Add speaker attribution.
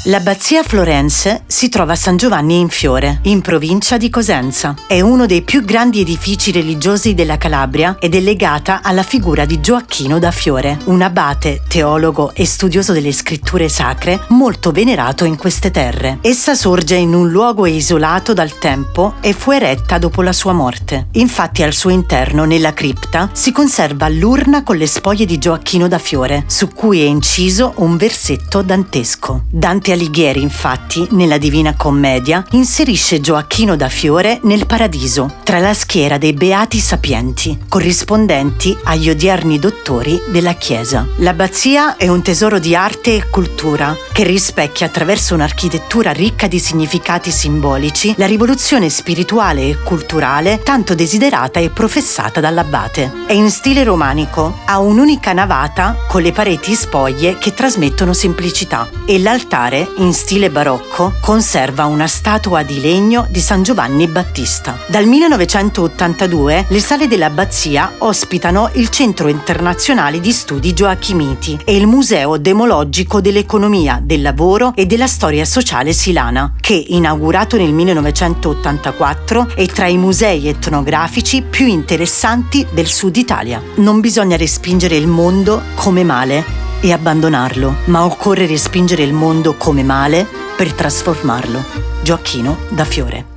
Speaker 1: L'abbazia florense si trova a San Giovanni in Fiore, in provincia di Cosenza. È uno dei più grandi edifici religiosi della Calabria ed è legata alla figura di Gioacchino da Fiore, un abate, teologo e studioso delle scritture sacre molto venerato in queste terre. Essa sorge in un luogo isolato dal tempo e fu eretta dopo la sua morte. Infatti al suo interno, nella cripta, si conserva l'urna con le spoglie di Gioacchino da Fiore, su cui è inciso un versetto dantesco. Dante Alighieri, infatti, nella Divina Commedia, inserisce Gioacchino da Fiore nel paradiso, tra la schiera dei beati sapienti, corrispondenti agli odierni dottori della Chiesa. L'abbazia è un tesoro di arte e cultura che rispecchia attraverso un'architettura ricca di significati simbolici la rivoluzione spirituale e culturale tanto desiderata e professata dall'abate. È in stile romanico, ha un'unica navata con le pareti spoglie che trasmettono semplicità e l'altare, in stile barocco, conserva una statua di legno di San Giovanni Battista. Dal 1982 le sale dell'abbazia ospitano il Centro Internazionale di Studi Gioachimiti e il Museo Demologico dell'Economia, del Lavoro e della Storia Sociale Silana, che, inaugurato nel 1984, è tra i musei etnografici più interessanti del Sud Italia. Non bisogna respingere il mondo come male e abbandonarlo, ma occorre respingere il mondo come male per trasformarlo. Gioacchino da Fiore.